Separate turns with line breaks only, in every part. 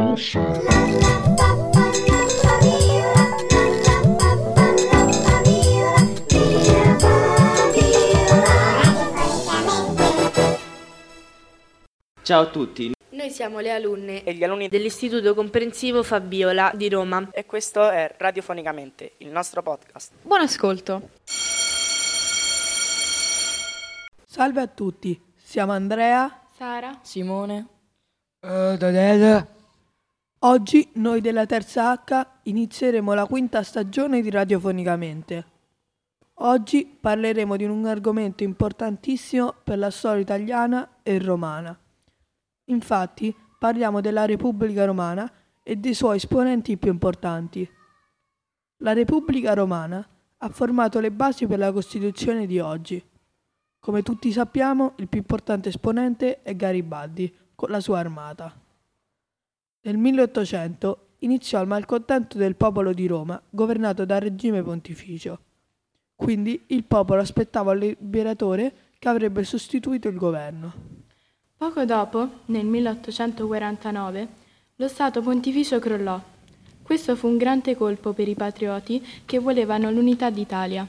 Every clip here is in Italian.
Ciao a tutti.
Noi siamo le alunne
e gli alunni
dell'Istituto Comprensivo Fabiola di Roma.
E questo è Radiofonicamente, il nostro podcast.
Buon ascolto.
Salve a tutti, siamo Andrea,
Sara,
Simone,
Daniele. Oggi noi della terza H inizieremo la quinta stagione di Radiofonicamente. Oggi parleremo di un argomento importantissimo per la storia italiana e romana. Infatti parliamo della Repubblica Romana e dei suoi esponenti più importanti. La Repubblica Romana ha formato le basi per la Costituzione di oggi. Come tutti sappiamo, il più importante esponente è Garibaldi, con la sua armata. Nel 1800 iniziò il malcontento del popolo di Roma, governato dal regime pontificio. Quindi il popolo aspettava un liberatore che avrebbe sostituito il governo.
Poco dopo, nel 1849, lo Stato Pontificio crollò. Questo fu un grande colpo per i patrioti che volevano l'unità d'Italia.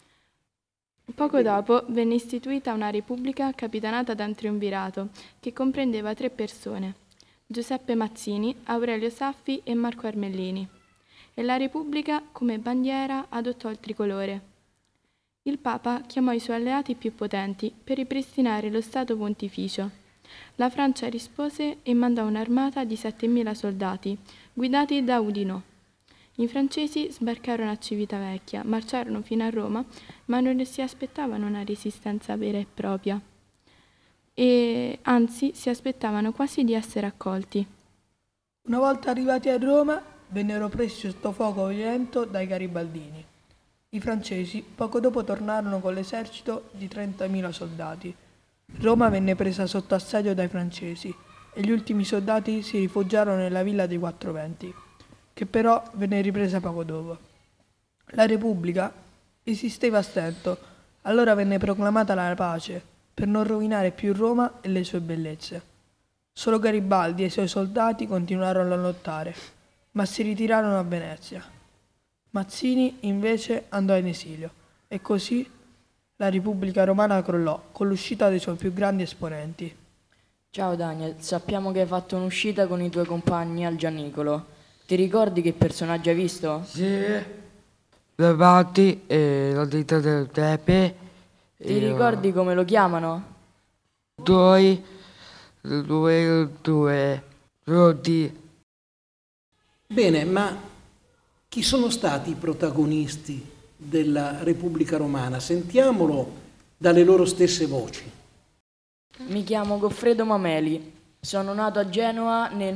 Poco dopo venne istituita una repubblica capitanata da un triumvirato che comprendeva 3 persone: Giuseppe Mazzini, Aurelio Saffi e Marco Armellini. E la repubblica, come bandiera, adottò il tricolore. Il Papa chiamò i suoi alleati più potenti per ripristinare lo Stato Pontificio. La Francia rispose e mandò un'armata di 7.000 soldati, guidati da Oudinot. I francesi sbarcarono a Civitavecchia, marciarono fino a Roma, ma non si aspettavano una resistenza vera e propria. E anzi, si aspettavano quasi di essere accolti.
Una volta arrivati a Roma, vennero presi sotto fuoco violento dai garibaldini. I francesi poco dopo tornarono con l'esercito di 30.000 soldati. Roma venne presa sotto assedio dai francesi e gli ultimi soldati si rifugiarono nella villa dei Quattro Venti, che però venne ripresa poco dopo. La Repubblica esisteva a stento, allora venne proclamata la pace per non rovinare più Roma e le sue bellezze. Solo Garibaldi e i suoi soldati continuarono a lottare, ma si ritirarono a Venezia. Mazzini invece andò in esilio e così la Repubblica Romana crollò con l'uscita dei suoi più grandi esponenti.
ciao Daniel, sappiamo che hai fatto un'uscita con i tuoi compagni al Gianicolo. Ti ricordi che personaggio hai visto?
Sì, Bravati e la dita del Tepe.
Ti ricordi come lo chiamano?
Due, Rodi.
Bene, ma chi sono stati i protagonisti della Repubblica Romana? Sentiamolo dalle loro stesse voci.
Mi chiamo Goffredo Mameli. Sono nato a Genova nel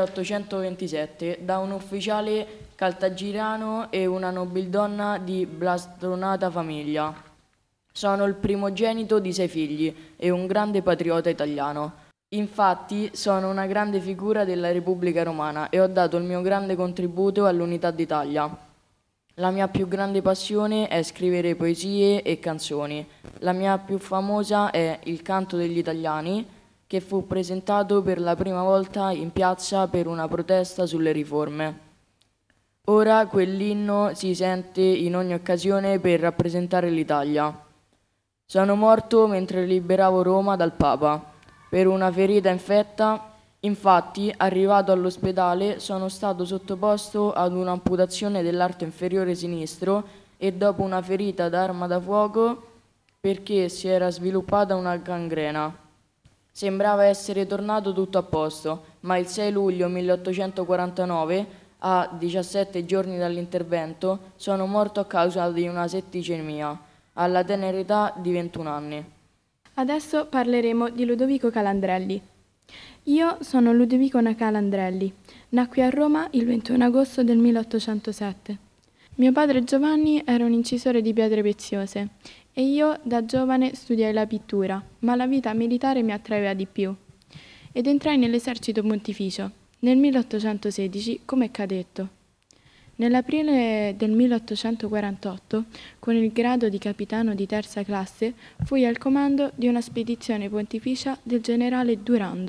1827 da un ufficiale caltagirano e una nobildonna di blasonata famiglia. Sono il primogenito di 6 figli e un grande patriota italiano. Infatti sono una grande figura della Repubblica Romana e ho dato il mio grande contributo all'unità d'Italia. La mia più grande passione è scrivere poesie e canzoni. La mia più famosa è Il canto degli italiani, che fu presentato per la prima volta in piazza per una protesta sulle riforme. Ora quell'inno si sente in ogni occasione per rappresentare l'Italia. Sono morto mentre liberavo Roma dal Papa. Per una ferita infetta, infatti, arrivato all'ospedale, sono stato sottoposto ad un'amputazione dell'arto inferiore sinistro e dopo una ferita d'arma da fuoco perché si era sviluppata una gangrena. Sembrava essere tornato tutto a posto, ma il 6 luglio 1849, a 17 giorni dall'intervento, sono morto a causa di una setticemia, alla tenera età di 21 anni.
Adesso parleremo di Ludovico Calandrelli. Io sono Ludovico Calandrelli. Nacqui a Roma il 21 agosto del 1807. Mio padre Giovanni era un incisore di pietre preziose e io da giovane studiai la pittura, ma la vita militare mi attraeva di più. Ed entrai nell'esercito pontificio nel 1816 come cadetto. Nell'aprile del 1848, con il grado di capitano di terza classe, fui al comando di una spedizione pontificia del generale Durando.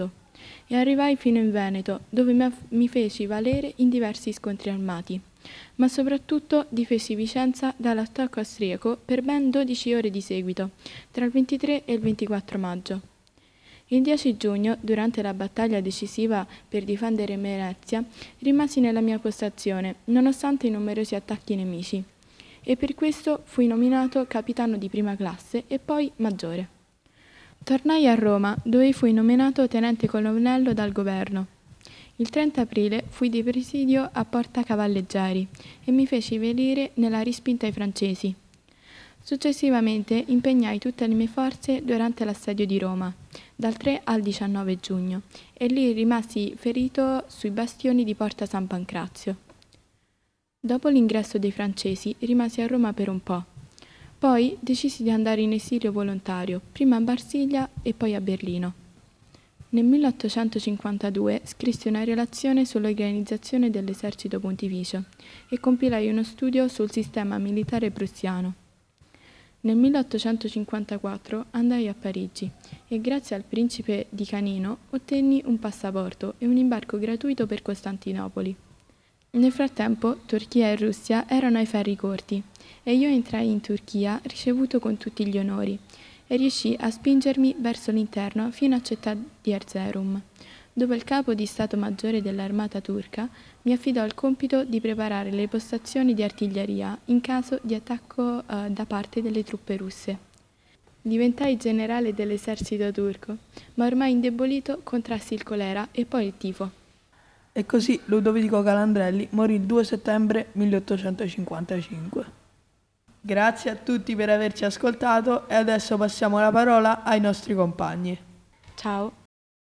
e arrivai fino in Veneto, dove mi feci valere in diversi scontri armati, ma soprattutto difesi Vicenza dall'attacco austriaco per ben 12 ore di seguito, tra il 23 e il 24 maggio. Il 10 giugno, durante la battaglia decisiva per difendere Venezia, rimasi nella mia postazione, nonostante i numerosi attacchi nemici, e per questo fui nominato capitano di prima classe e poi maggiore. Tornai a Roma, dove fui nominato tenente colonnello dal governo. Il 30 aprile fui di presidio a Porta Cavalleggeri e mi feci venire nella respinta ai francesi. Successivamente impegnai tutte le mie forze durante l'assedio di Roma, dal 3 al 19 giugno, e lì rimasi ferito sui bastioni di Porta San Pancrazio. Dopo l'ingresso dei francesi rimasi a Roma per un po'. Poi decisi di andare in esilio volontario, prima a Marsiglia e poi a Berlino. Nel 1852 scrissi una relazione sull'organizzazione dell'esercito pontificio e compilai uno studio sul sistema militare prussiano. Nel 1854 andai a Parigi e grazie al principe di Canino ottenni un passaporto e un imbarco gratuito per Costantinopoli. Nel frattempo Turchia e Russia erano ai ferri corti e io entrai in Turchia ricevuto con tutti gli onori e riuscì a spingermi verso l'interno fino a Città di Erzurum, dove il capo di Stato Maggiore dell'armata turca mi affidò il compito di preparare le postazioni di artiglieria in caso di attacco da parte delle truppe russe. Diventai generale dell'esercito turco, ma ormai indebolito contrassi il colera e poi il tifo.
E così Ludovico Calandrelli morì il 2 settembre 1855. Grazie a tutti per averci ascoltato e adesso passiamo la parola ai nostri compagni.
Ciao!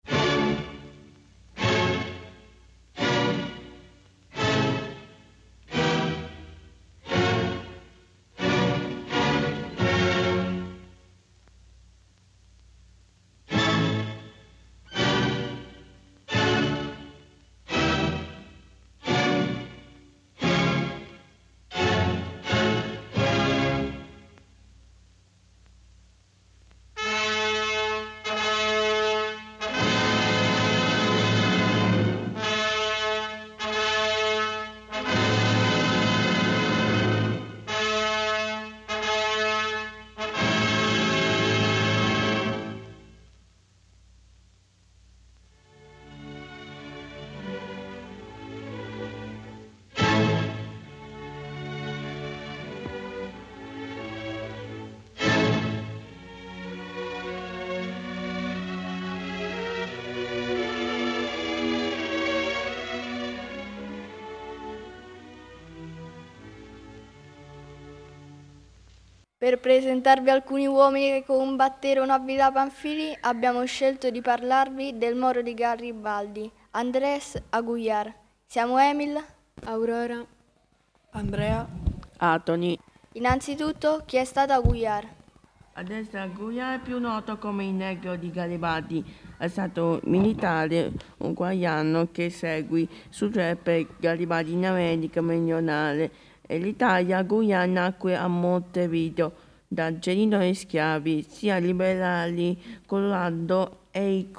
Per presentarvi alcuni uomini che combatterono a Villa Pamphili, abbiamo scelto di parlarvi del Moro di Garibaldi, Andrés Aguilar. Siamo Emil,
Aurora,
Andrea,
Atoni.
Innanzitutto, chi è stato Aguilar?
Adesso Aguilar è più noto come il Negro di Garibaldi. È stato militare ucraino che seguì su per Garibaldi in America meridionale. E l'Italia. Aguilar nacque a Montevideo da genitori schiavi, sia liberali Colorado e i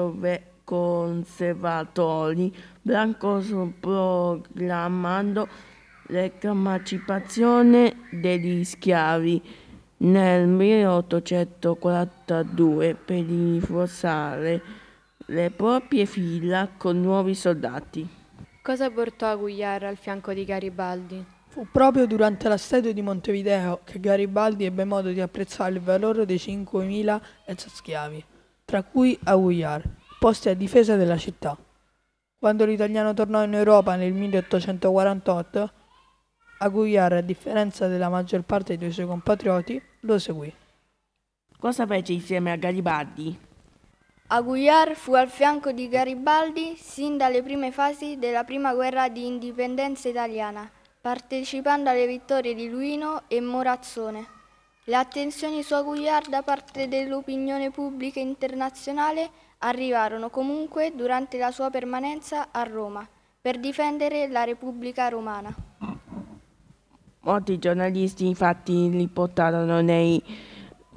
conservatori blancos, proclamando l'emancipazione degli schiavi nel 1842 per rinforzare le proprie fila con nuovi soldati.
Cosa portò Aguilar al fianco di Garibaldi?
Fu proprio durante l'assedio di Montevideo che Garibaldi ebbe modo di apprezzare il valore dei 5.000 ex schiavi, tra cui Aguilar, posti a difesa della città. Quando l'italiano tornò in Europa nel 1848, Aguilar, a differenza della maggior parte dei suoi compatrioti, lo seguì.
Cosa fece insieme a Garibaldi?
Aguilar fu al fianco di Garibaldi sin dalle prime fasi della prima guerra di indipendenza italiana, partecipando alle vittorie di Luino e Morazzone. Le attenzioni su Aguilar da parte dell'opinione pubblica internazionale arrivarono comunque durante la sua permanenza a Roma per difendere la Repubblica Romana.
Molti giornalisti infatti li portarono nei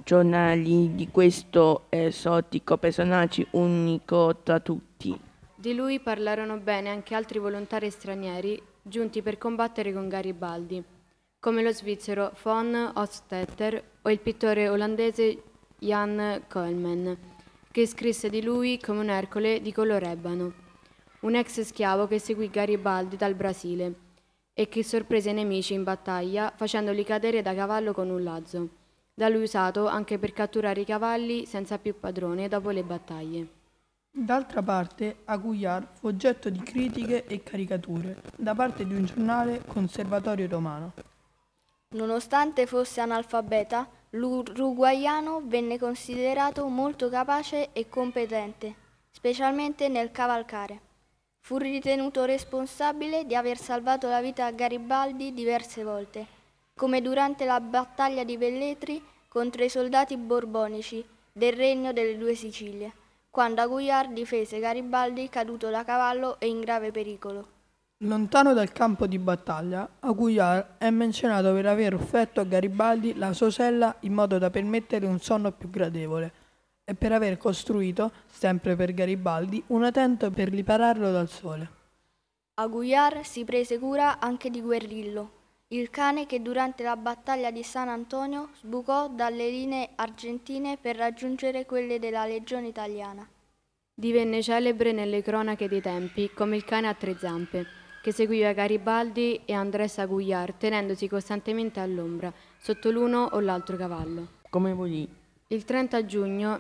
giornali di questo esotico personaggio unico tra tutti.
Di lui parlarono bene anche altri volontari stranieri giunti per combattere con Garibaldi, come lo svizzero von Hostetter o il pittore olandese Jan Koelman, che scrisse di lui come un Ercole di color ebano, un ex schiavo che seguì Garibaldi dal Brasile e che sorprese i nemici in battaglia facendoli cadere da cavallo con un lazzo, da lui usato anche per catturare i cavalli senza più padrone dopo le battaglie.
D'altra parte, Aguilar fu oggetto di critiche e caricature da parte di un giornale conservatorio romano.
Nonostante fosse analfabeta, l'uruguaiano venne considerato molto capace e competente, specialmente nel cavalcare. Fu ritenuto responsabile di aver salvato la vita a Garibaldi diverse volte, come durante la battaglia di Velletri contro i soldati borbonici del Regno delle Due Sicilie, quando Aguilar difese Garibaldi caduto da cavallo e in grave pericolo.
Lontano dal campo di battaglia, Aguilar è menzionato per aver offerto a Garibaldi la sua sella in modo da permettere un sonno più gradevole e per aver costruito, sempre per Garibaldi, una tenda per ripararlo dal sole.
Aguilar si prese cura anche di Guerrillo, il cane che durante la battaglia di San Antonio sbucò dalle linee argentine per raggiungere quelle della Legione Italiana.
Divenne celebre nelle cronache dei tempi come il cane a tre zampe, che seguiva Garibaldi e Andrés Aguilar tenendosi costantemente all'ombra, sotto l'uno o l'altro cavallo.
Come morì?
Il 30 giugno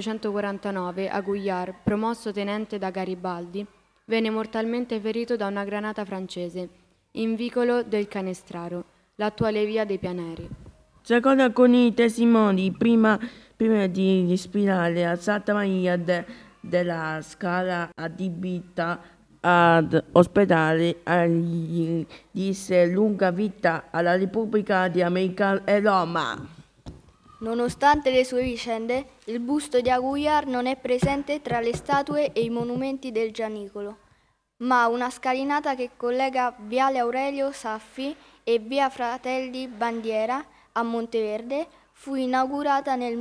1849 Aguilar, promosso tenente da Garibaldi, venne mortalmente ferito da una granata francese, in vicolo del Canestraro, l'attuale via dei Pianeri.
Secondo con i testimoni, prima di ispirare a Santa Maria della Scala adibita ad ospedare, gli disse lunga vita alla Repubblica di America e Roma.
Nonostante le sue vicende, il busto di Aguilar non è presente tra le statue e i monumenti del Gianicolo, ma una scalinata che collega Viale Aurelio Saffi e Via Fratelli Bandiera a Monteverde fu inaugurata nel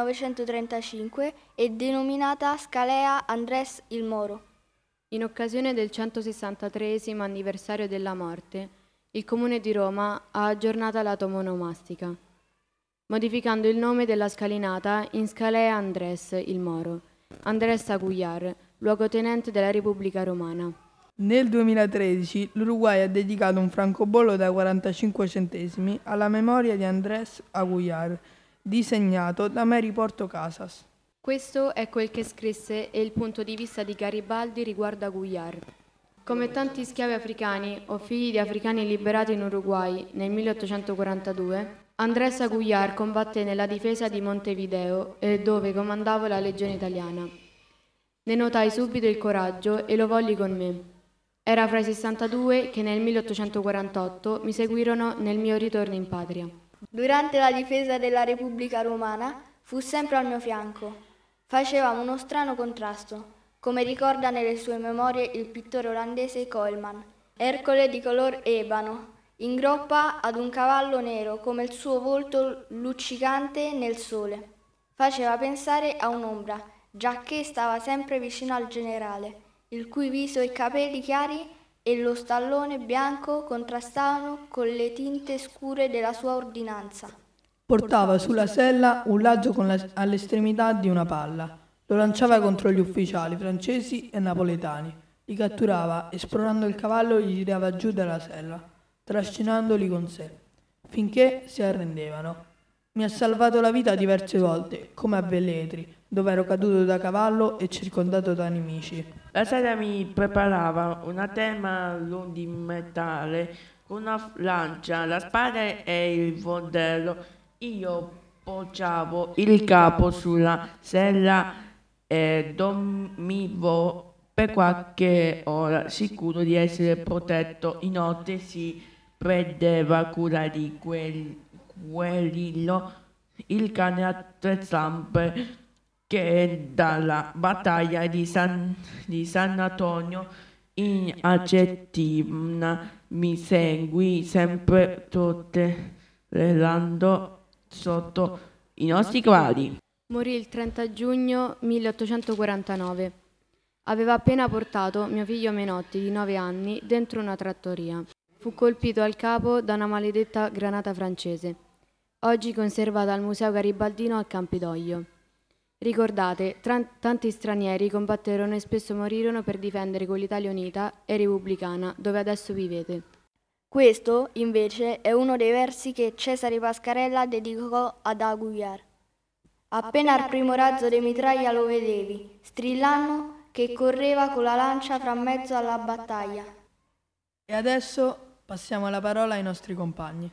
1935 e denominata Scalea Andrés il Moro.
In occasione del 163esimo anniversario della morte, il Comune di Roma ha aggiornato la toponomastica, modificando il nome della scalinata in Scalea Andrés il Moro, Andrés Aguilar, luogotenente della Repubblica Romana.
Nel 2013 l'Uruguay ha dedicato un francobollo da 45 centesimi alla memoria di Andrés Aguilar, disegnato da Mary Porto Casas.
Questo è quel che scrisse e il punto di vista di Garibaldi riguardo Aguilar. Come tanti schiavi africani o figli di africani liberati in Uruguay nel 1842, Andrés Aguilar combatté nella difesa di Montevideo, dove comandavo la Legione Italiana. Ne notai subito il coraggio e lo volli con me. Era fra i 62 che nel 1848 mi seguirono nel mio ritorno in patria.
Durante la difesa della Repubblica Romana fu sempre al mio fianco. Facevamo uno strano contrasto, come ricorda nelle sue memorie il pittore olandese Koelman. Ercole di color ebano, in groppa ad un cavallo nero come il suo volto luccicante nel sole. Faceva pensare a un'ombra, giacché stava sempre vicino al generale, il cui viso e capelli chiari e lo stallone bianco contrastavano con le tinte scure della sua ordinanza.
Portava sulla sella un laggio all'estremità di una palla. Lo lanciava contro gli ufficiali francesi e napoletani. Li catturava e spronando il cavallo li tirava giù dalla sella, trascinandoli con sé, finché si arrendevano. Mi ha salvato la vita diverse volte, come a Velletri, dove ero caduto da cavallo e circondato da nemici.
La sera mi preparava una tema di metallo con una lancia, la spada e il fondello. Io poggiavo il capo sulla sella e dormivo per qualche ora, sicuro di essere protetto. Inoltre si prendeva cura di Guerrillo, il cane a tre zampe, che dalla battaglia di San Antonio in Argentina mi seguì sempre torturando sotto I nostri quadri.
Morì il 30 giugno 1849. Aveva appena portato mio figlio Menotti, di 9 anni, dentro una trattoria. Fu colpito al capo da una maledetta granata francese, oggi conservata al Museo Garibaldino al Campidoglio. Ricordate, tanti stranieri combatterono e spesso morirono per difendere quell'Italia unita e repubblicana dove adesso vivete.
Questo, invece, è uno dei versi che Cesare Pascarella dedicò ad Aguiar. Appena al primo razzo di mitraglia lo vedevi, strillando che correva con la lancia fra mezzo alla battaglia.
E adesso passiamo la parola ai nostri compagni.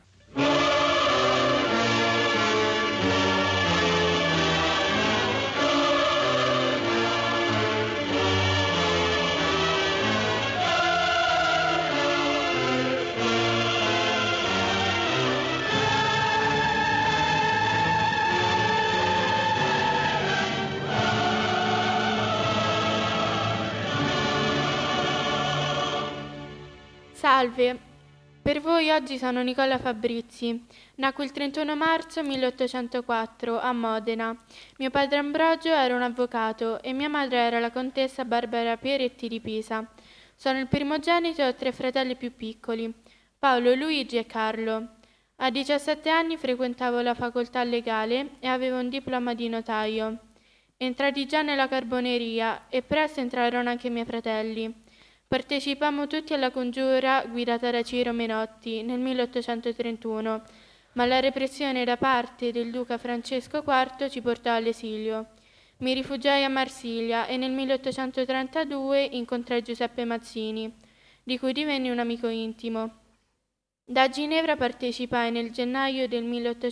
Salve, per voi oggi sono Nicola Fabrizi. Nacque il 31 marzo 1804 a Modena. Mio padre Ambrogio era un avvocato e mia madre era la contessa Barbara Pieretti di Pisa. Sono il primogenito e ho 3 fratelli più piccoli, Paolo, Luigi e Carlo. A 17 anni frequentavo la facoltà legale e avevo un diploma di notaio. Entrati già nella carboneria e presto entrarono anche i miei fratelli. Partecipammo tutti alla congiura guidata da Ciro Menotti nel 1831, ma la repressione da parte del duca Francesco IV ci portò all'esilio. Mi rifugiai a Marsiglia e nel 1832 incontrai Giuseppe Mazzini, di cui divenni un amico intimo. Da Ginevra partecipai nel gennaio del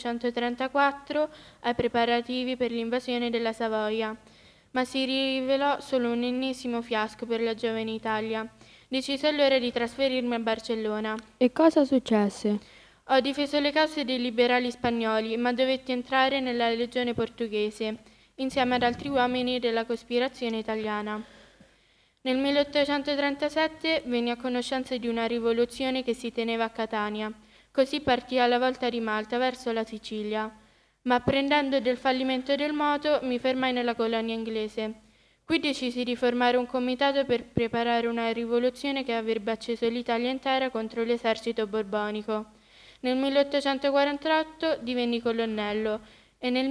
1834 ai preparativi per l'invasione della Savoia, ma si rivelò solo un ennesimo fiasco per la giovane Italia. Decisi allora di trasferirmi a Barcellona.
E cosa successe?
Ho difeso le cause dei liberali spagnoli, ma dovetti entrare nella legione portoghese, insieme ad altri uomini della cospirazione italiana. Nel 1837 venni a conoscenza di una rivoluzione che si teneva a Catania. Così partì alla volta di Malta verso la Sicilia. Ma apprendendo del fallimento del moto mi fermai nella colonia inglese. Qui decisi di formare un comitato per preparare una rivoluzione che avrebbe acceso l'Italia intera contro l'esercito borbonico. Nel 1848 divenni colonnello e nel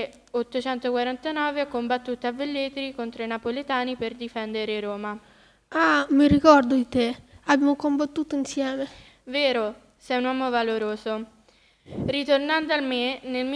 1849 ho combattuto a Velletri contro i napoletani per difendere Roma.
Ah, mi ricordo di te. Abbiamo combattuto insieme.
Vero, sei un uomo valoroso. Ritornando al me, nel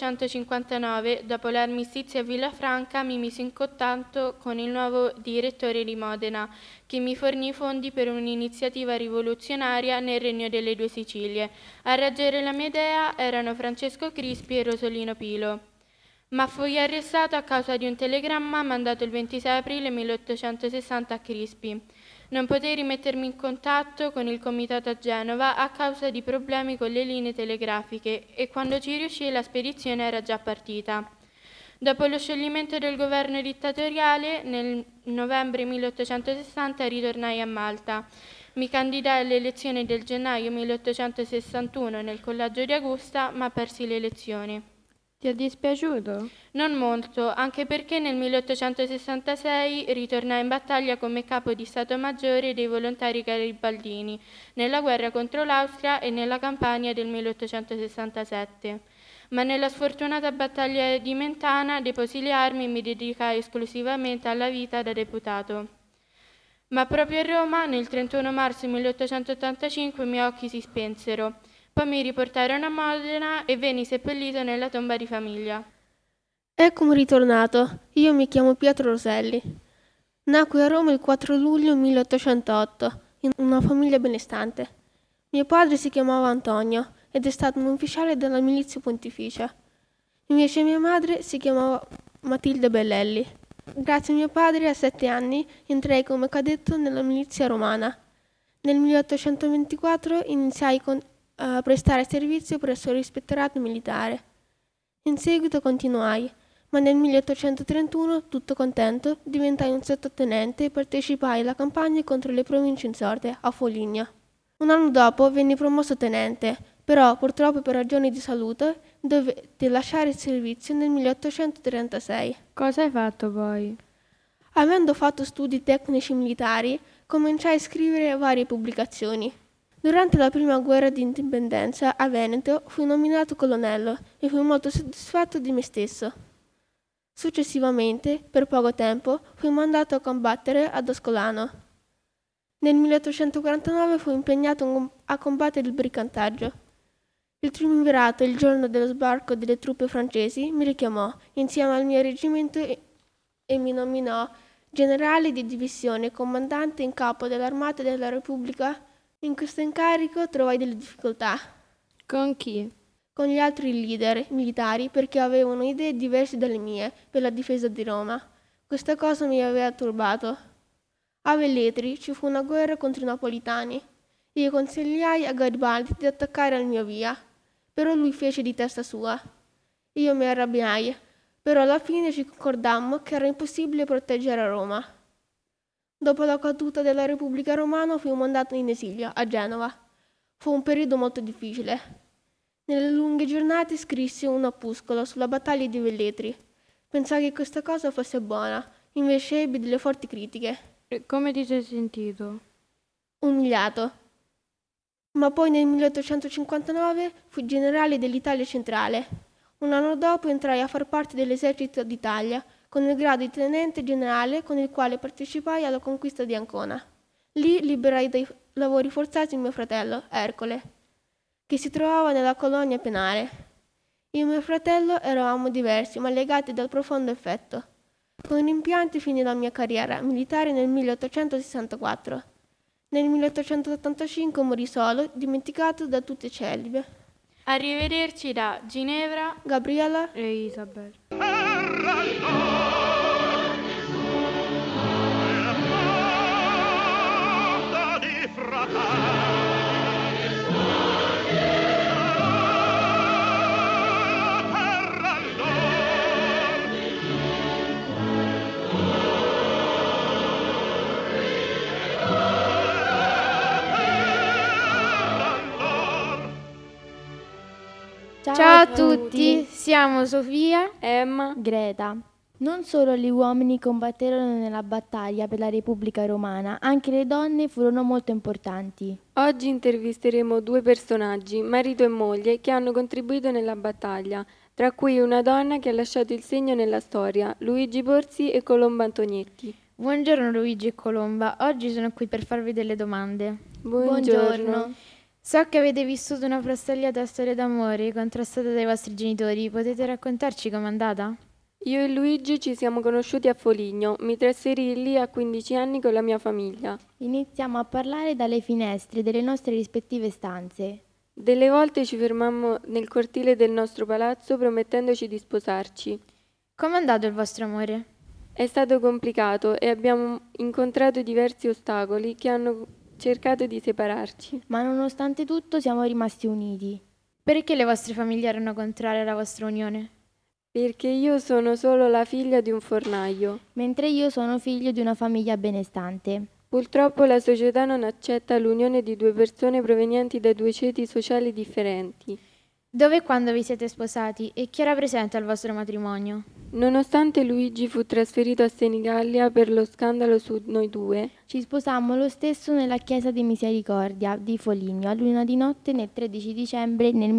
1859, dopo l'armistizio a Villafranca, mi misi in contatto con il nuovo direttore di Modena, che mi fornì fondi per un'iniziativa rivoluzionaria nel Regno delle Due Sicilie. A reggere la mia idea erano Francesco Crispi e Rosolino Pilo. Ma fui arrestato a causa di un telegramma mandato il 26 aprile 1860 a Crispi. Non potei rimettermi in contatto con il comitato a Genova a causa di problemi con le linee telegrafiche e quando ci riuscì la spedizione era già partita. Dopo lo scioglimento del governo dittatoriale, nel novembre 1860 ritornai a Malta. Mi candidai alle elezioni del gennaio 1861 nel collegio di Augusta, ma persi le elezioni.
Ti è dispiaciuto?
Non molto, anche perché nel 1866 ritornai in battaglia come capo di Stato Maggiore dei volontari garibaldini, nella guerra contro l'Austria e nella campagna del 1867. Ma nella sfortunata battaglia di Mentana deposi le armi e mi dedicai esclusivamente alla vita da deputato. Ma proprio a Roma, nel 31 marzo 1885, i miei occhi si spensero. Poi mi riportarono a Modena e venni seppellito nella tomba di famiglia.
Eccomi ritornato. Io mi chiamo Pietro Roselli. Nacqui a Roma il 4 luglio 1808, in una famiglia benestante. Mio padre si chiamava Antonio ed è stato un ufficiale della milizia pontificia. Invece mia madre si chiamava Matilde Bellelli. Grazie a mio padre, a 7 anni, entrai come cadetto nella milizia romana. Nel 1824 iniziai a prestare servizio presso l'ispettorato militare. In seguito continuai, ma nel 1831, tutto contento, diventai un sottotenente e partecipai alla campagna contro le province insorte a Foligno. Un anno dopo venni promosso tenente, però purtroppo per ragioni di salute dovette lasciare il servizio nel 1836.
Cosa hai fatto poi?
Avendo fatto studi tecnici militari, cominciai a scrivere varie pubblicazioni. Durante la prima guerra di indipendenza a Veneto fui nominato colonnello e fui molto soddisfatto di me stesso. Successivamente, per poco tempo, fui mandato a combattere ad Ascolano. Nel 1849 fui impegnato a combattere il brigantaggio. Il triumvirato, il giorno dello sbarco delle truppe francesi, mi richiamò insieme al mio reggimento e mi nominò generale di divisione e comandante in capo dell'Armata della Repubblica. In questo incarico trovai delle difficoltà.
Con chi?
Con gli altri leader militari perché avevano idee diverse dalle mie per la difesa di Roma. Questa cosa mi aveva turbato. A Velletri ci fu una guerra contro i napolitani. Io consigliai a Garibaldi di attaccare al mio via, però lui fece di testa sua. Io mi arrabbiai, però alla fine ci concordammo che era impossibile proteggere Roma. Dopo la caduta della Repubblica Romana fui mandato in esilio a Genova. Fu un periodo molto difficile. Nelle lunghe giornate scrissi un opuscolo sulla battaglia di Velletri. Pensai che questa cosa fosse buona, invece ebbi delle forti critiche.
E come ti sei sentito?
Umiliato. Ma poi nel 1859 fui generale dell'Italia centrale. Un anno dopo entrai a far parte dell'esercito d'Italia con il grado di tenente generale con il quale partecipai alla conquista di Ancona. Lì liberai dai lavori forzati mio fratello, Ercole, che si trovava nella colonia penale. Io e mio fratello eravamo diversi ma legati dal profondo affetto. Con i rimpianti finì la mia carriera militare nel 1864. Nel 1885 morì solo, dimenticato da tutte celibe.
Arrivederci da Ginevra,
Gabriella
e Isabel.
Ciao a tutti, siamo Sofia,
Emma,
Greta. Non solo gli uomini combatterono nella battaglia per la Repubblica Romana, anche le donne furono molto importanti.
Oggi intervisteremo due personaggi, marito e moglie, che hanno contribuito nella battaglia, tra cui una donna che ha lasciato il segno nella storia, Luigi Borsi e Colomba Antonietti.
Buongiorno Luigi e Colomba, oggi sono qui per farvi delle domande.
Buongiorno.
So che avete vissuto una frastagliata storia d'amore contrastata dai vostri genitori, potete raccontarci com'è andata?
Io e Luigi ci siamo conosciuti a Foligno, mi trasferii lì a 15 anni con la mia famiglia.
Iniziamo a parlare dalle finestre delle nostre rispettive stanze.
Delle volte ci fermammo nel cortile del nostro palazzo promettendoci di sposarci.
Com'è andato il vostro amore?
È stato complicato e abbiamo incontrato diversi ostacoli che hanno cercato di separarci.
Ma nonostante tutto siamo rimasti uniti. Perché le vostre famiglie erano contrarie alla vostra unione?
Perché io sono solo la figlia di un fornaio.
Mentre io sono figlio di una famiglia benestante.
Purtroppo la società non accetta l'unione di due persone provenienti da due ceti sociali differenti.
Dove e quando vi siete sposati e chi era presente al vostro matrimonio?
Nonostante Luigi fu trasferito a Senigallia per lo scandalo su noi due,
ci sposammo lo stesso nella chiesa di Misericordia di Foligno a luna di notte nel 13 dicembre nel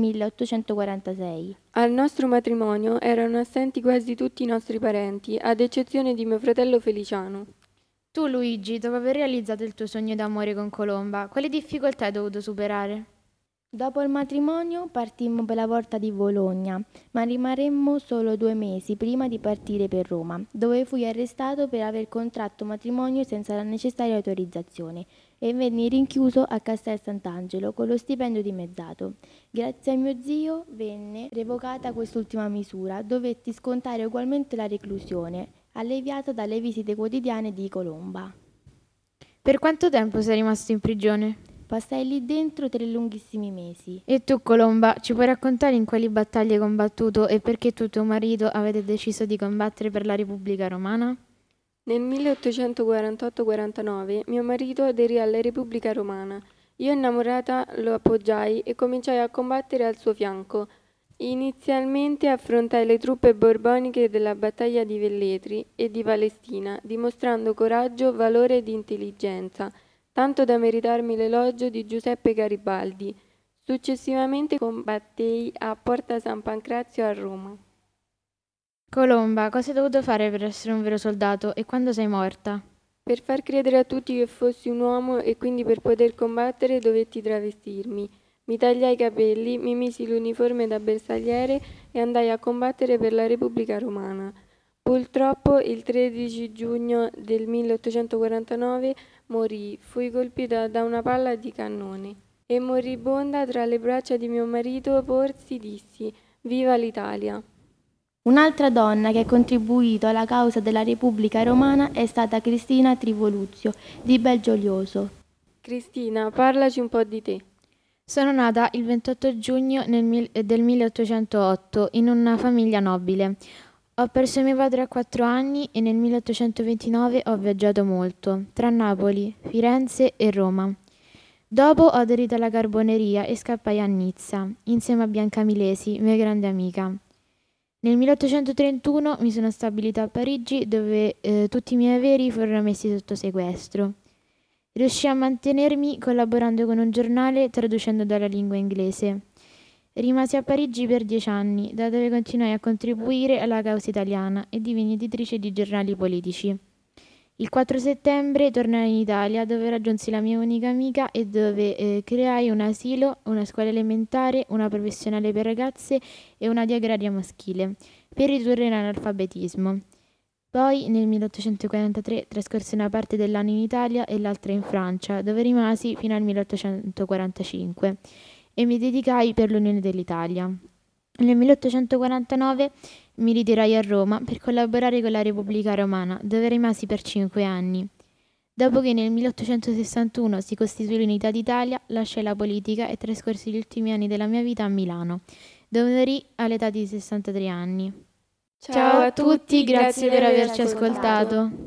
1846.
Al nostro matrimonio erano assenti quasi tutti i nostri parenti, ad eccezione di mio fratello Feliciano.
Tu Luigi, dopo aver realizzato il tuo sogno d'amore con Colomba, quali difficoltà hai dovuto superare? Dopo il matrimonio partimmo per la Porta di Bologna, ma rimaremmo solo 2 mesi prima di partire per Roma, dove fui arrestato per aver contratto matrimonio senza la necessaria autorizzazione e venni rinchiuso a Castel Sant'Angelo con lo stipendio dimezzato. Grazie a mio zio venne revocata quest'ultima misura, dovetti scontare ugualmente la reclusione, alleviata dalle visite quotidiane di Colomba. Per quanto tempo sei rimasto in prigione? Passai lì dentro 3 lunghissimi mesi. E tu, Colomba, ci puoi raccontare in quali battaglie hai combattuto e perché tu e tuo marito avete deciso di combattere per la Repubblica Romana?
Nel 1848-49 mio marito aderì alla Repubblica Romana. Io innamorata lo appoggiai e cominciai a combattere al suo fianco. Inizialmente affrontai le truppe borboniche della battaglia di Velletri e di Palestina, dimostrando coraggio, valore ed intelligenza, tanto da meritarmi l'elogio di Giuseppe Garibaldi. Successivamente combattei a Porta San Pancrazio a Roma.
Colomba, cosa hai dovuto fare per essere un vero soldato e quando sei morta?
Per far credere a tutti che fossi un uomo e quindi per poter combattere dovetti travestirmi. Mi tagliai i capelli, mi misi l'uniforme da bersagliere e andai a combattere per la Repubblica Romana. Purtroppo il 13 giugno del 1849 morì, fui colpita da una palla di cannone e moribonda tra le braccia di mio marito Porzi dissi: Viva l'Italia!
Un'altra donna che ha contribuito alla causa della Repubblica Romana è stata Cristina Trivoluzio di Belgioioso.
Cristina, parlaci un po' di te.
Sono nata il 28 giugno del 1808 in una famiglia nobile. Ho perso mio padre a 4 anni e nel 1829 ho viaggiato molto, tra Napoli, Firenze e Roma. Dopo ho aderito alla Carboneria e scappai a Nizza, insieme a Bianca Milesi, mia grande amica. Nel 1831 mi sono stabilita a Parigi, dove tutti i miei averi furono messi sotto sequestro. Riuscii a mantenermi collaborando con un giornale traducendo dalla lingua inglese. Rimasi a Parigi per 10 anni, da dove continuai a contribuire alla causa italiana e divenni editrice di giornali politici. Il 4 settembre tornai in Italia, dove raggiunsi la mia unica amica e dove creai un asilo, una scuola elementare, una professionale per ragazze e una di agraria maschile, per ridurre l'analfabetismo. Poi, nel 1843, trascorsi una parte dell'anno in Italia e l'altra in Francia, dove rimasi fino al 1845, e mi dedicai per l'Unione dell'Italia. Nel 1849 mi ritirai a Roma per collaborare con la Repubblica Romana, dove rimasi per 5 anni. Dopo che nel 1861 si costituì l'Unità d'Italia, lasciai la politica e trascorsi gli ultimi anni della mia vita a Milano, dove morì all'età di 63 anni. Ciao a tutti, grazie per averci ascoltato.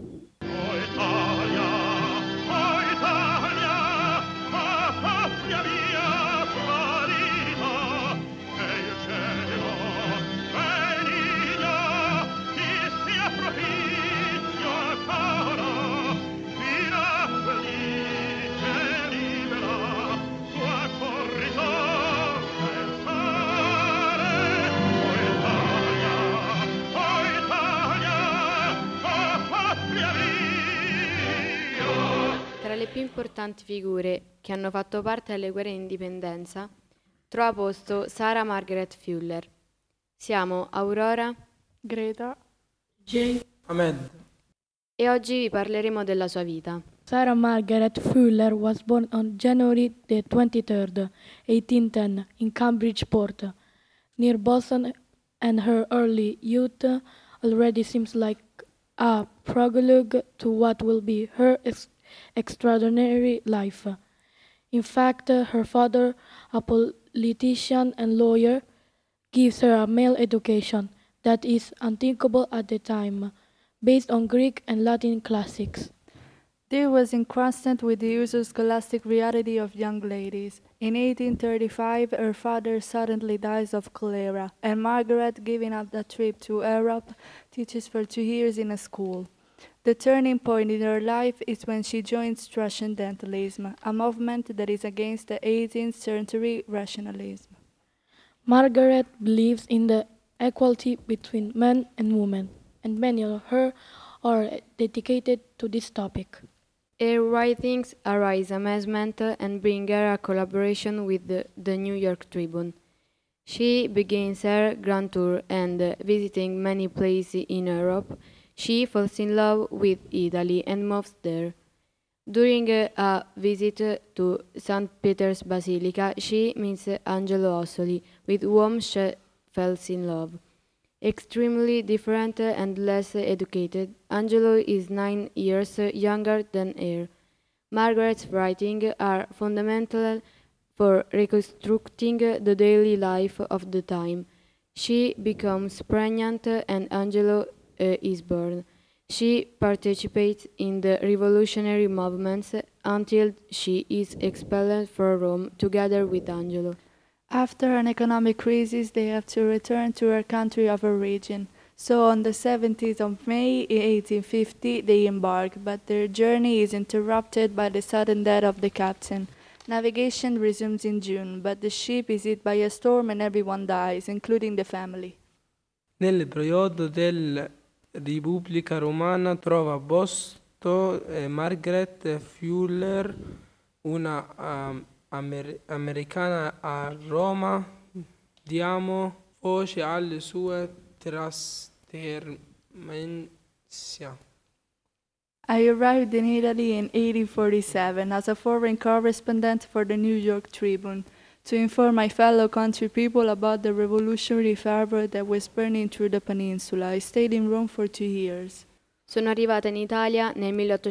Tra le più importanti figure che hanno fatto parte delle guerre di indipendenza, trova posto Sarah Margaret Fuller. Siamo Aurora,
Greta,
Jay, Ahmed.
E oggi vi parleremo della sua vita.
Sarah Margaret Fuller was born on January the 23rd, 1810, in Cambridgeport, near Boston, and her early youth already seems like a prologue to what will be her extraordinary life. In fact, her father, a politician and lawyer, gives her a male education that is unthinkable at the time, based on Greek and Latin classics.
This was in contrast with the usual scholastic reality of young ladies. In 1835, her father suddenly dies of cholera, and Margaret, giving up the trip to Europe, teaches for 2 years in a school. The turning point in her life is when she joins Transcendentalism, a movement that is against the 18th century rationalism.
Margaret believes in the equality between men and women, and many of her are dedicated to this topic.
Her writings arouse amazement and bring her a collaboration with the New York Tribune. She begins her grand tour and, visiting many places in Europe, she falls in love with Italy and moves there. During a visit to St. Peter's Basilica, she meets Angelo Ossoli, with whom she falls in love. Extremely different and less educated, Angelo is 9 years younger than her. Margaret's writings are fundamental for reconstructing the daily life of the time. She becomes pregnant and Angelo is born. She participates in the revolutionary movements. until she is expelled from Rome together with Angelo.
After an economic crisis, they have to return to her country of origin. So on the 17th of May 1850 they embark, but their journey is interrupted by the sudden death of the captain. Navigation resumes in June, but the ship is hit by a storm and everyone dies, including the family.
Nel periodo della Repubblica Romana trova a posto Margaret Fuller, una americana a Roma. Diamo voce alle sue trasferenze.
I arrived in Italy in 1847 as a foreign correspondent for the New York Tribune to inform my fellow country people about the revolutionary fervor that was burning through the peninsula. I stayed in Rome for 2 years.
Sono arrivata in Italia nel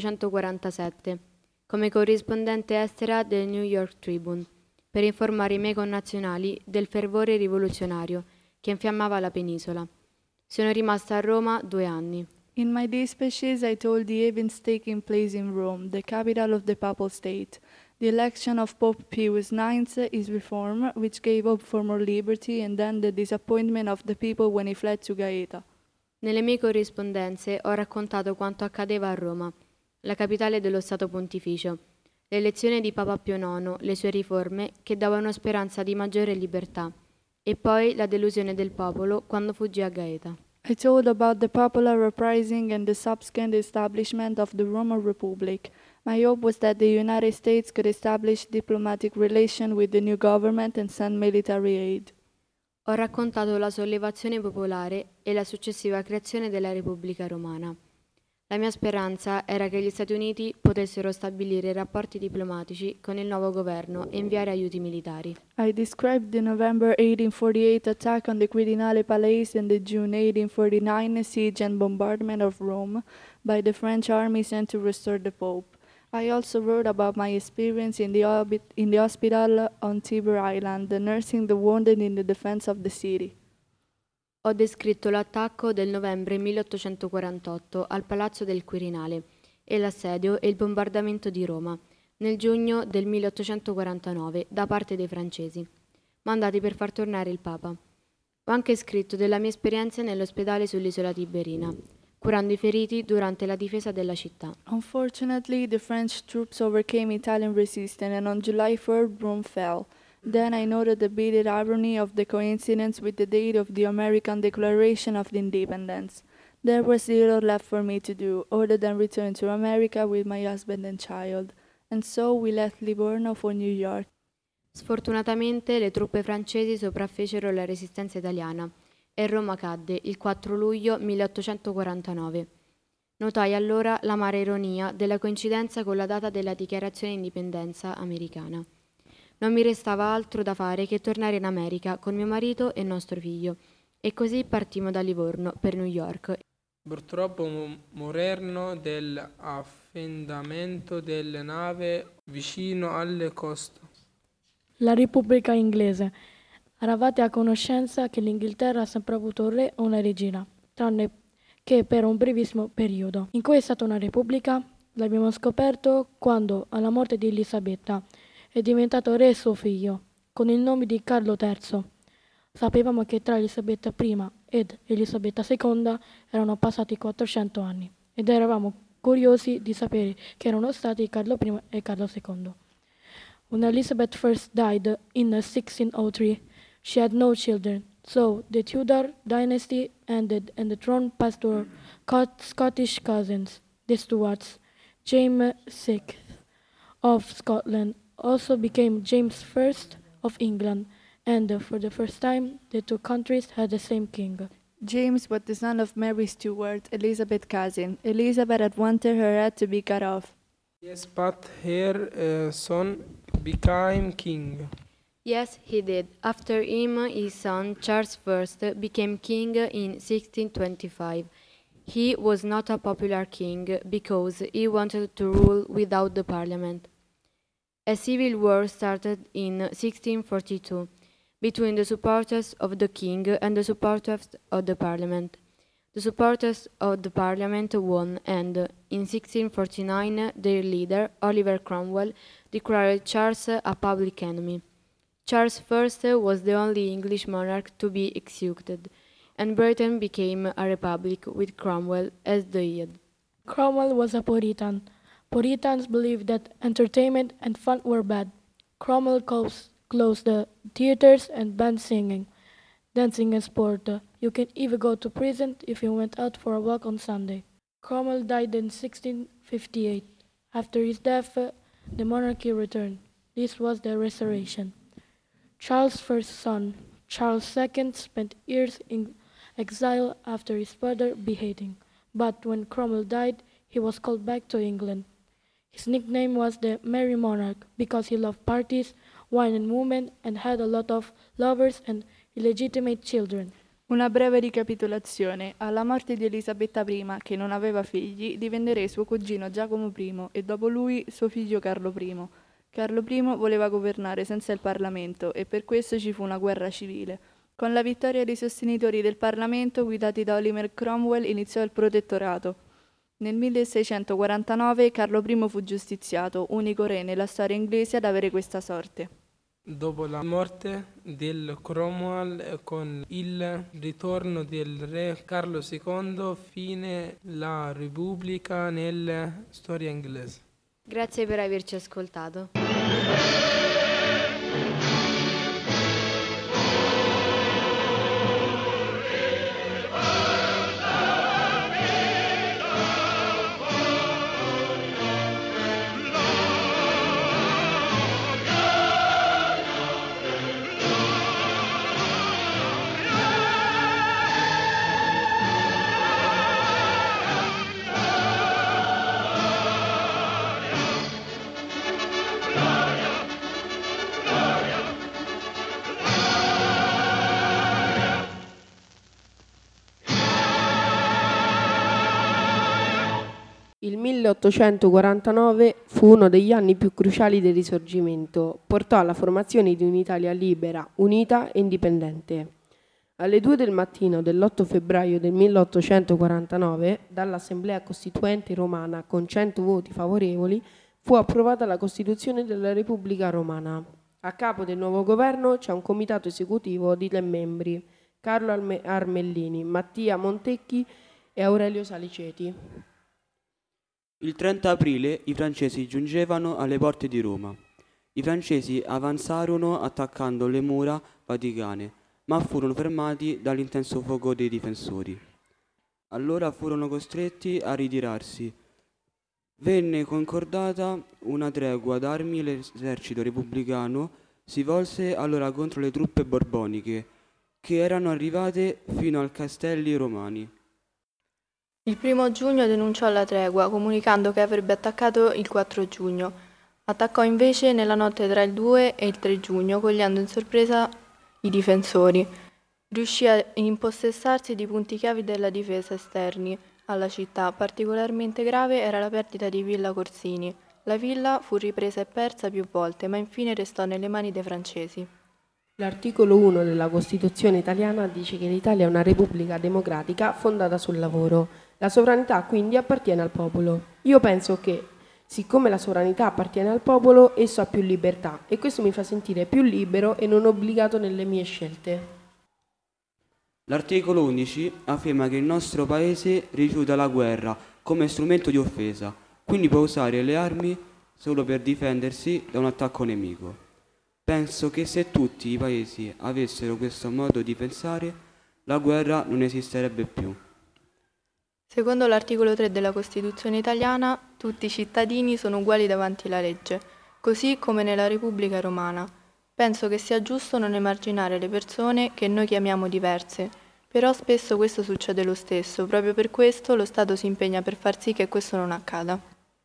1847 come corrispondente estera del New York Tribune per informare i miei connazionali del fervore rivoluzionario che infiammava la penisola. Sono rimasta a Roma 2 anni.
In my dispatches, I told the events taking place in Rome, the capital of the Papal State. The election of Pope Pius IX, his reform, which gave hope for more liberty, and then the disappointment of the people when he fled to Gaeta.
Nelle mie corrispondenze ho raccontato quanto accadeva a Roma, la capitale dello Stato Pontificio, l'elezione di Papa Pio IX, le sue riforme che davano speranza di maggiore libertà, e poi la delusione del popolo quando fuggì a Gaeta.
I told about the popular uprising and the subsequent establishment of the Roman Republic. My hope was that the United States could establish diplomatic relations with the new government and send military aid.
Ho raccontato la sollevazione popolare e la successiva creazione della Repubblica Romana. La mia speranza era che gli Stati Uniti potessero stabilire rapporti diplomatici con il nuovo governo e inviare aiuti militari.
I described the November 1848 attack on the Quirinale Palace and the June 1849 siege and bombardment of Rome by the French army sent to restore the Pope. I also wrote about my experience in the hospital on Tiber Island, nursing the wounded in the defense of the city.
Ho descritto l'attacco del novembre 1848 al Palazzo del Quirinale e l'assedio e il bombardamento di Roma nel giugno del 1849 da parte dei francesi, mandati per far tornare il Papa. Ho anche scritto della mia esperienza nell'ospedale sull'isola Tiberina, curando i feriti durante la difesa della città.
Unfortunately, the French troops overcame Italian resistance and on July 3rd Rome fell. Then I noted the bitter irony of the coincidence with the date of the American Declaration of Independence. There was little left for me to do, other than return to America with my husband and child. And so we left Livorno for New York.
Sfortunatamente le truppe francesi sopraffecero la resistenza italiana e Roma cadde il 4 luglio 1849. Notai allora l'amara ironia della coincidenza con la data della dichiarazione di indipendenza americana. Non mi restava altro da fare che tornare in America con mio marito e nostro figlio, e così partimmo da Livorno per New York.
Purtroppo morirono dell'affondamento delle navi vicino alle coste.
La Repubblica Inglese. Eravate a conoscenza che l'Inghilterra ha sempre avuto un re o una regina, tranne che per un brevissimo periodo. In cui è stata una repubblica? L'abbiamo scoperto quando, alla morte di Elisabetta, è diventato re suo figlio, con il nome di Carlo III. Sapevamo che tra Elisabetta I ed Elisabetta II erano passati 400 anni ed eravamo curiosi di sapere che erano stati Carlo I e Carlo II. When Elizabeth first died in 1603, she had no children, so the Tudor dynasty ended and the throne passed to her Scottish cousins, the Stuarts. James VI of Scotland also became James I of England, and for the first time the two countries had the same king.
James was the son of Mary Stuart, Elizabeth's cousin. Elizabeth had wanted her head to be cut off.
Yes, but her son became king.
Yes, he did. After him, his son Charles I became king in 1625. He was not a popular king because he wanted to rule without the parliament. A civil war started in 1642 between the supporters of the king and the supporters of the parliament. The supporters of the parliament won and, in 1649, their leader, Oliver Cromwell, declared Charles a public enemy. Charles I was the only English monarch to be executed, and Britain became a republic with Cromwell as the head.
Cromwell was a Puritan. Puritans believed that entertainment and fun were bad. Cromwell closed the theaters and banned singing, dancing and sport. You can even go to prison if you went out for a walk on Sunday. Cromwell died in 1658. After his death, the monarchy returned. This was the Restoration. Charles' first son, Charles II, spent years in exile after his father's beheading. But when Cromwell died, he was called back to England. His nickname was the Merry Monarch because he loved parties, wine and women, and had a lot of lovers and illegitimate children.
Una breve ricapitolazione. Alla morte di Elisabetta I, che non aveva figli, divenne re suo cugino Giacomo I e dopo lui suo figlio Carlo I. Carlo I voleva governare senza il Parlamento e per questo ci fu una guerra civile. Con la vittoria dei sostenitori del Parlamento, guidati da Oliver Cromwell, iniziò il protettorato. Nel 1649 Carlo I fu giustiziato, unico re nella storia inglese ad avere questa sorte.
Dopo la morte del Cromwell, con il ritorno del re Carlo II, fine la Repubblica nella storia inglese.
Grazie per averci ascoltato.
Il 1849 fu uno degli anni più cruciali del Risorgimento. Portò alla formazione di un'Italia libera, unita e indipendente. Alle 2 del mattino dell'8 febbraio del 1849, dall'Assemblea Costituente Romana con 100 voti favorevoli, fu approvata la Costituzione della Repubblica Romana. A capo del nuovo governo c'è un comitato esecutivo di 3 membri: Carlo Armellini, Mattia Montecchi e Aurelio Saliceti.
Il 30 aprile i francesi giungevano alle porte di Roma. I francesi avanzarono attaccando le mura vaticane, ma furono fermati dall'intenso fuoco dei difensori. Allora furono costretti a ritirarsi. Venne concordata una tregua d'armi e l'esercito repubblicano si volse allora contro le truppe borboniche, che erano arrivate fino ai castelli romani.
Il 1 giugno denunciò la tregua, comunicando che avrebbe attaccato il 4 giugno. Attaccò invece nella notte tra il 2 e il 3 giugno, cogliendo in sorpresa i difensori. Riuscì a impossessarsi di punti chiavi della difesa esterni alla città. Particolarmente grave era la perdita di Villa Corsini. La villa fu ripresa e persa più volte, ma infine restò nelle mani dei francesi.
L'articolo 1 della Costituzione italiana dice che l'Italia è una repubblica democratica fondata sul lavoro. La sovranità quindi appartiene al popolo. Io penso che, siccome la sovranità appartiene al popolo, esso ha più libertà e questo mi fa sentire più libero e non obbligato nelle mie scelte.
L'articolo 11 afferma che il nostro paese rifiuta la guerra come strumento di offesa, quindi può usare le armi solo per difendersi da un attacco nemico. Penso che se tutti i paesi avessero questo modo di pensare, la guerra non esisterebbe più.
Secondo l'articolo 3 della Costituzione italiana, tutti i cittadini sono uguali davanti alla legge, così come nella Repubblica Romana. Penso che sia giusto non emarginare le persone che noi chiamiamo diverse, però spesso questo succede lo stesso, proprio per questo lo Stato si impegna per far sì che questo non accada.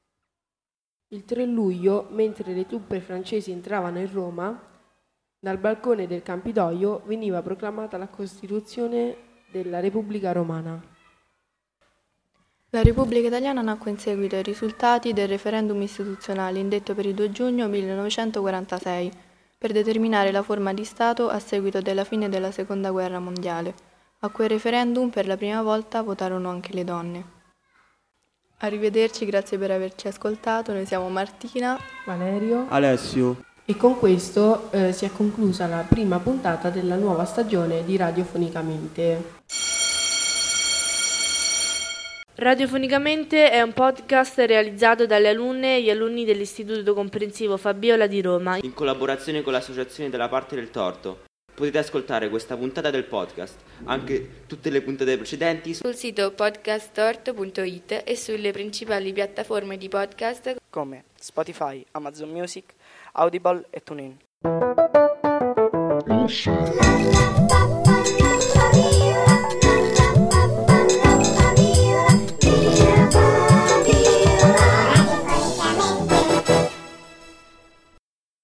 Il 3 luglio, mentre le truppe francesi entravano in Roma, dal balcone del Campidoglio veniva proclamata la Costituzione della Repubblica Romana.
La Repubblica Italiana nacque in seguito ai risultati del referendum istituzionale indetto per il 2 giugno 1946 per determinare la forma di Stato a seguito della fine della Seconda Guerra Mondiale.
A quel referendum per la prima volta votarono anche le donne. Arrivederci, grazie per averci ascoltato. Noi siamo Martina,
Valerio,
Alessio.
e con questo si è conclusa la prima puntata della nuova stagione di Radiofonicamente.
Radiofonicamente è un podcast realizzato dalle alunne e gli alunni dell'Istituto Comprensivo Fabiola di Roma
In collaborazione con l'associazione della Parte del Torto. Potete ascoltare questa puntata del podcast, anche tutte le puntate precedenti
sul sito podcasttorto.it e sulle principali piattaforme di podcast
come Spotify, Amazon Music, Audible e TuneIn.